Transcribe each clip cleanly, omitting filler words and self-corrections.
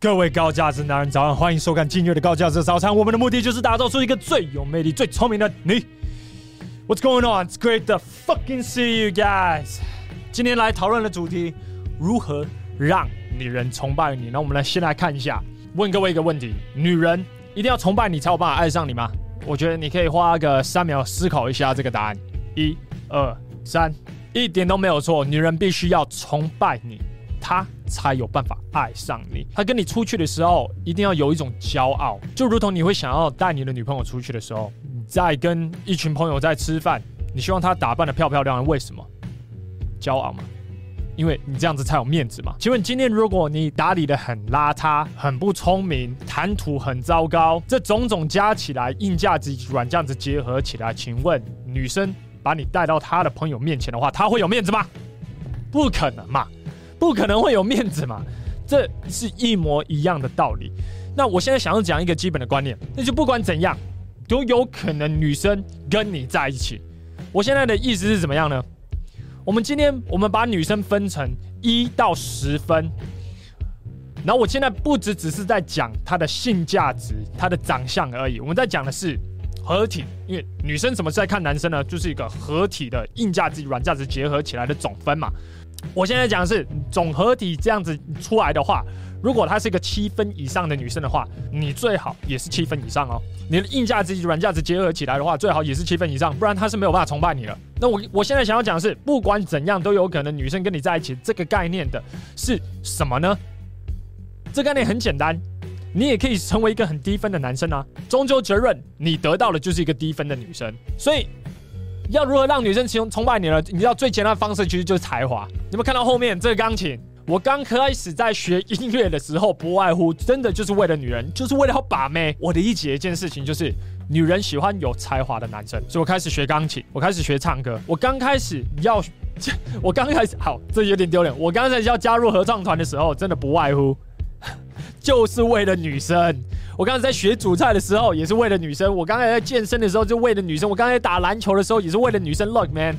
各位高价值男人早安，欢迎收看今日的高价值早餐。我们的目的就是打造出一个最有魅力、最聪明的你。What's going on? It's great to fucking see you guys. 今天来讨论的主题，如何让女人崇拜你。那我们先来看一下，问各位一个问题：女人一定要崇拜你才有办法爱上你吗？我觉得你可以花个3秒思考一下这个答案。1、2、3，一点都没有错。女人必须要崇拜你，她才有办法爱上你。她跟你出去的时候，一定要有一种骄傲，就如同你会想要带你的女朋友出去的时候，在跟一群朋友在吃饭，你希望她打扮得漂漂亮亮，为什么？骄傲嘛，因为你这样子才有面子嘛。请问今天如果你打理得很邋遢、很不聪明、谈吐很糟糕，这种种加起来，硬价值软价值结合起来，请问女生把你带到她的朋友面前的话，她会有面子吗？不可能嘛，不可能会有面子嘛。这是一模一样的道理。那我现在想要讲一个基本的观念，那就不管怎样，都有可能女生跟你在一起。我现在的意思是怎么样呢？今天我们把女生分成1到10分，然后我现在不只是在讲她的性价值、她的长相而已，我们在讲的是合体。因为女生怎么在看男生呢？就是一个合体的硬价值、软价值结合起来的总分嘛。我现在讲的是总合体这样子出来的话，如果她是一个7分以上的女生的话，你最好也是7分以上哦。你的硬价值、软价值结合起来的话，最好也是7分以上，不然她是没有办法崇拜你了。那我现在想要讲的是，不管怎样都有可能女生跟你在一起，这个概念的是什么呢？这个概念很简单，你也可以成为一个很低分的男生啊。终究责任，你得到的就是一个低分的女生。所以要如何让女生崇拜你呢？你知道最简单的方式其实就是才华。你们看到后面这个钢琴？我刚开始在学音乐的时候，不外乎真的就是为了女人，就是为了要把妹。我理解一件事情，就是女人喜欢有才华的男生，所以我开始学钢琴，我开始学唱歌。我刚开始好，这有点丢脸。我刚开始要加入合唱团的时候，真的不外乎就是为了女生。我刚才在学煮菜的时候，也是为了女生。我刚才在健身的时候，就为了女生。我刚才打篮球的时候，也是为了女生。Look, man,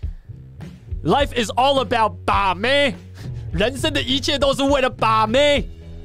life is all about 把妹。人生的一切都是为了把妹，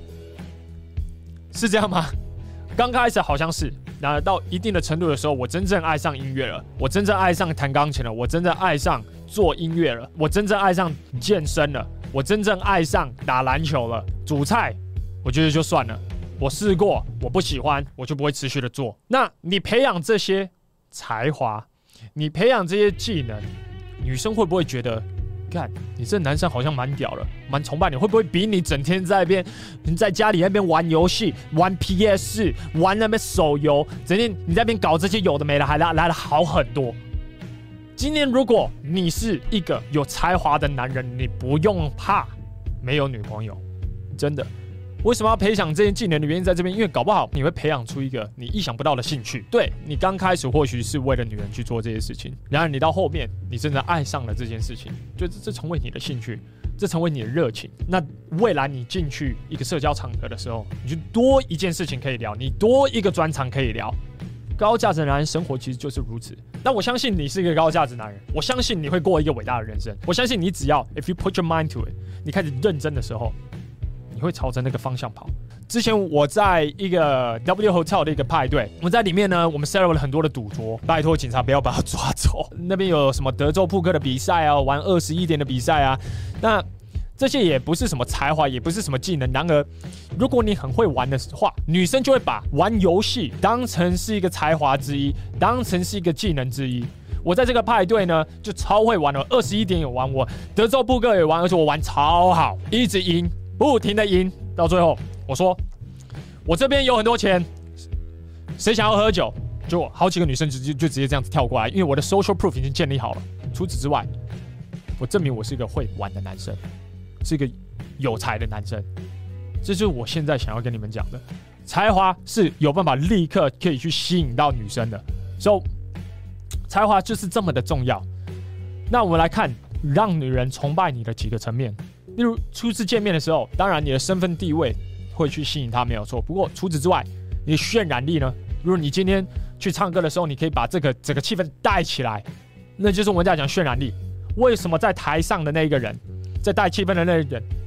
是这样吗？刚开始好像是，然而到一定的程度的时候，我真正爱上音乐了，我真正爱上弹钢琴了，我真正爱上做音乐了，我真正爱上健身了，我真正爱上打篮球了。煮菜，我觉得就算了，我试过，我不喜欢，我就不会持续的做。那你培养这些才华，你培养这些技能，女生会不会觉得？看你这男生好像蛮屌了，蛮崇拜你，会不会比你整天在家里那边玩游戏、玩 PS、玩那边手游，整天你在那边搞这些有的没的，还来的好很多？今天如果你是一个有才华的男人，你不用怕没有女朋友，真的。为什么要培养这些技能的原因在这边，因为搞不好你会培养出一个你意想不到的兴趣。对，你刚开始或许是为了女人去做这些事情，然而你到后面你真的爱上了这件事情，就这成为你的兴趣，这成为你的热情。那未来你进去一个社交场合的时候，你就多一件事情可以聊，你多一个专长可以聊。高价值男人生活其实就是如此。那我相信你是一个高价值男人，我相信你会过一个伟大的人生。我相信你只要 if you put your mind to it， 你开始认真的时候，你会朝着那个方向跑。之前我在一个 W Hotel 的一个派对，我们在里面呢，我们 set up 了很多的赌桌，拜托警察不要把他抓走。那边有什么德州扑克的比赛啊，玩21点的比赛啊，那这些也不是什么才华，也不是什么技能。然而，如果你很会玩的话，女生就会把玩游戏当成是一个才华之一，当成是一个技能之一。我在这个派对呢，就超会玩了，21点有玩，我德州扑克也玩，而且我玩超好，一直赢。不停的赢，到最后我说我这边有很多钱，谁想要喝酒？就好几个女生就直接这样子跳过来，因为我的 social proof 已经建立好了。除此之外，我证明我是一个会玩的男生，是一个有才的男生。这就是我现在想要跟你们讲的，才华是有办法立刻可以去吸引到女生的。So， 才华就是这么的重要。那我们来看让女人崇拜你的几个层面。例如初次见面的时候，当然你的身份地位会去吸引他，没有错。不过除此之外，你的渲染力呢？如果你今天去唱歌的时候，你可以把这个整个气氛带起来，那就是我们在讲渲染力。为什么在台上的那一个人，在带气氛的那个人，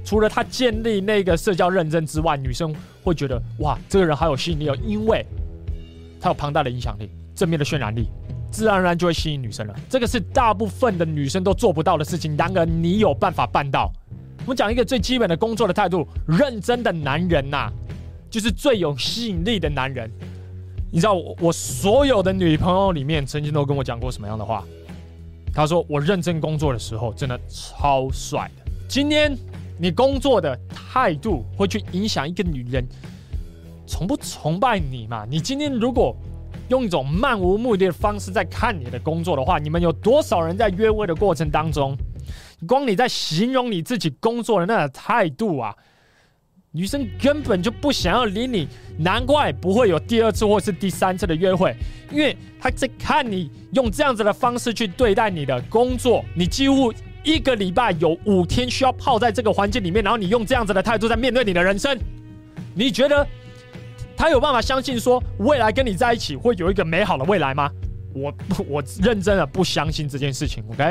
除了他建立那个社交认证之外，女生会觉得哇，这个人好有吸引力哦，因为他有庞大的影响力，正面的渲染力，自然而然就会吸引女生了。这个是大部分的女生都做不到的事情，然而你有办法办到。我们讲一个最基本的工作的态度，认真的男人呐，就是最有吸引力的男人。你知道我所有的女朋友里面，曾经都跟我讲过什么样的话？她说我认真工作的时候，真的超帅的。今天你工作的态度会去影响一个女人崇不崇拜你嘛？你今天如果用一种漫无目的的方式在看你的工作的话，你们有多少人在约会的过程当中，光你在形容你自己工作的那个态度啊，女生根本就不想要理你，难怪不会有第二次或是第三次的约会，因为她在看你用这样子的方式去对待你的工作，你几乎1个礼拜有5天需要泡在这个环境里面，然后你用这样子的态度在面对你的人生，你觉得他有办法相信说未来跟你在一起会有一个美好的未来吗？我认真的不相信这件事情 ，OK？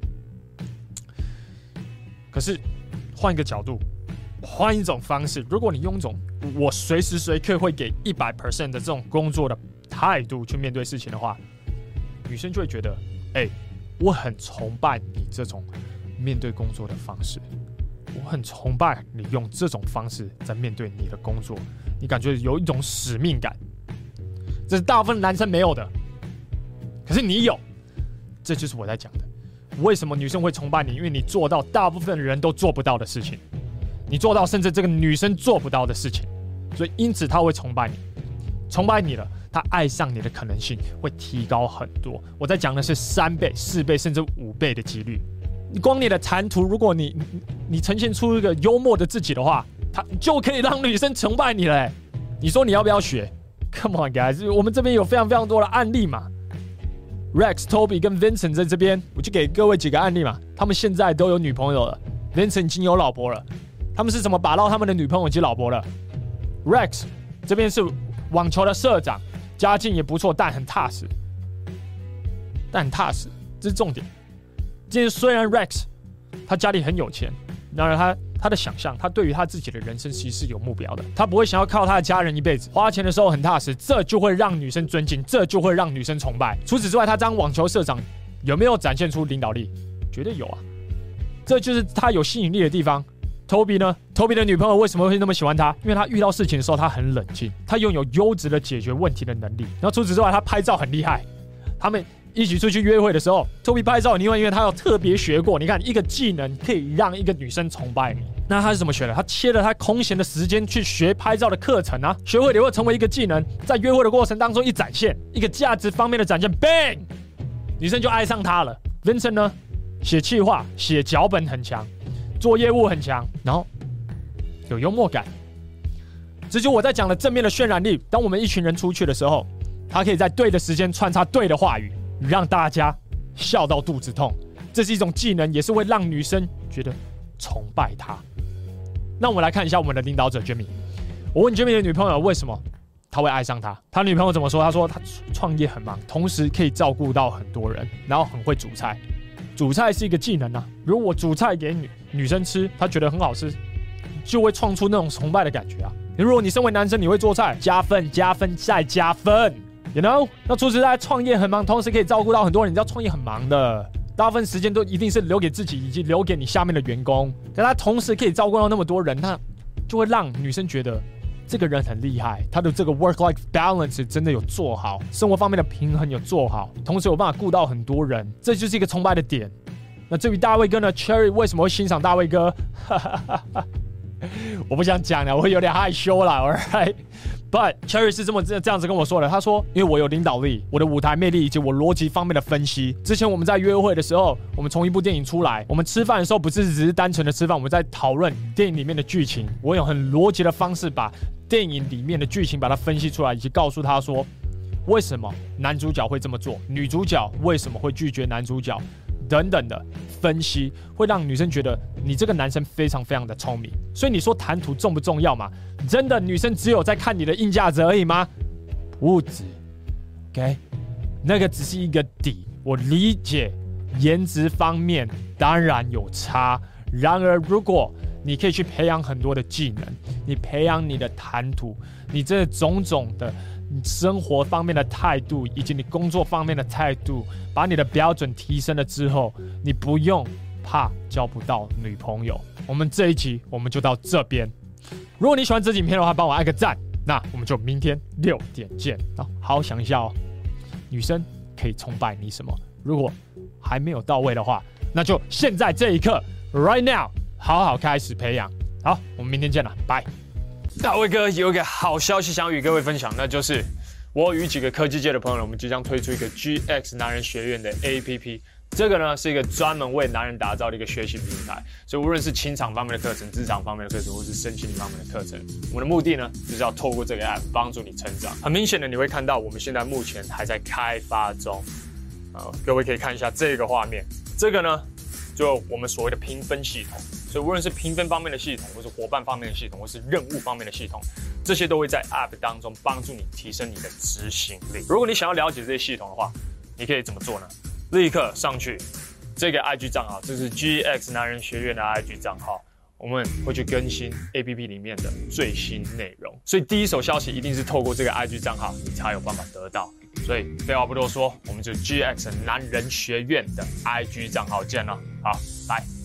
可是换一个角度，换一种方式，如果你用一种我随时随刻会给100% 的这种工作的态度去面对事情的话，女生就会觉得，我很崇拜你这种面对工作的方式，我很崇拜你用这种方式在面对你的工作，你感觉有一种使命感，这是大部分男生没有的，可是你有，这就是我在讲的。为什么女生会崇拜你？因为你做到大部分人都做不到的事情，你做到甚至这个女生做不到的事情，所以因此她会崇拜你，崇拜你了，她爱上你的可能性会提高很多。我在讲的是3倍、4倍甚至5倍的几率。你光你的谈吐，如果你呈现出一个幽默的自己的话，他就可以让女生崇拜你了。你说你要不要学 ？Come on guys， 我们这边有非常非常多的案例嘛。Rex、Toby 跟 Vincent 在这边，我就给各位几个案例嘛。他们现在都有女朋友了 ，Vincent 已经有老婆了。他们是怎么把到他们的女朋友及老婆了 ？Rex 这边是网球的社长，家境也不错，但很踏实，这是重点。今天虽然 Rex 他家里很有钱，然而他的想象，他对于他自己的人生其实是有目标的，他不会想要靠他的家人一辈子，花钱的时候很踏实，这就会让女生尊敬，这就会让女生崇拜。除此之外，他当网球社长有没有展现出领导力？绝对有啊，这就是他有吸引力的地方。Toby 呢 ？Toby 的女朋友为什么会那么喜欢他？因为他遇到事情的时候他很冷静，他拥有优质的解决问题的能力。然后除此之外，他拍照很厉害。他们一起出去约会的时候 ，Toby 拍照很厉害，因为他有特别学过。你看，一个技能可以让一个女生崇拜你。那他是怎么学的？他切了他空闲的时间去学拍照的课程啊，学会了会成为一个技能，在约会的过程当中一展现，一个价值方面的展现 ，bang， 女生就爱上他了。Vincent 呢，写企划、写脚本很强。做业务很强，然后有幽默感，这就是我在讲的正面的渲染力。当我们一群人出去的时候，他可以在对的时间穿插对的话语，让大家笑到肚子痛。这是一种技能，也是会让女生觉得崇拜他。那我们来看一下我们的领导者 Jimmy。我问 Jimmy 的女朋友为什么他会爱上他，他女朋友怎么说？他说他创业很忙，同时可以照顾到很多人，然后很会煮菜。煮菜是一个技能啊，如果我煮菜给女生吃，她觉得很好吃，就会创出那种崇拜的感觉啊。如果你身为男生，你会做菜，加分加分再加分 ，you know？ 那除此之外，创业很忙，同时可以照顾到很多人，你知道创业很忙的，大部分时间都一定是留给自己以及留给你下面的员工，但他同时可以照顾到那么多人，那就会让女生觉得这个人很厉害，他的这个 work-life balance 真的有做好，生活方面的平衡有做好，同时有办法顾到很多人，这就是一个崇拜的点。那至于大卫哥呢 ，Cherry 为什么会欣赏大卫哥？我不想讲了，我会有点害羞啦 ，alright？But Cherry 是这样子跟我说的，他说，因为我有领导力，我的舞台魅力以及我逻辑方面的分析。之前我们在约会的时候，我们从一部电影出来，我们吃饭的时候不是只是单纯的吃饭，我们在讨论电影里面的剧情。我用很逻辑的方式把电影里面的剧情把它分析出来，以及告诉他说，为什么男主角会这么做，女主角为什么会拒绝男主角，等等的分析，会让女生觉得你这个男生非常非常的聪明。所以你说谈吐重不重要嘛？真的女生只有在看你的硬价值而已吗？不止 ，OK， 那个只是一个底。我理解颜值方面当然有差，然而如果你可以去培养很多的技能，你培养你的谈吐，你这种种的生活方面的态度，以及你工作方面的态度，把你的标准提升了之后，你不用怕交不到女朋友。我们这一集我们就到这边。如果你喜欢这集影片的话，帮我按个赞。那我们就明天6点见。好好想一下哦，女生可以崇拜你什么？如果还没有到位的话，那就现在这一刻 ，right now， 好好开始培养。好，我们明天见了，拜。大卫哥有一个好消息想与各位分享，那就是我与几个科技界的朋友，我们即将推出一个 GX 男人学院的 APP。这个呢是一个专门为男人打造的一个学习平台，所以无论是情场方面的课程、职场方面的课程，或是身心灵方面的课程，我们的目的呢就是要透过这个 app 帮助你成长。很明显的，你会看到我们现在目前还在开发中，各位可以看一下这个画面，这个呢就我们所谓的评分系统。所以无论是评分方面的系统，或是伙伴方面的系统，或是任务方面的系统，这些都会在 app 当中帮助你提升你的执行力。如果你想要了解这些系统的话，你可以怎么做呢？立刻上去这个 IG 账号，这是 GX 男人学院的 IG 账号，我们会去更新 APP 里面的最新内容，所以第一手消息一定是透过这个 IG 账号，你才有办法得到。所以废话不多说，我们就 GX 男人学院的 IG 账号见了，好，拜。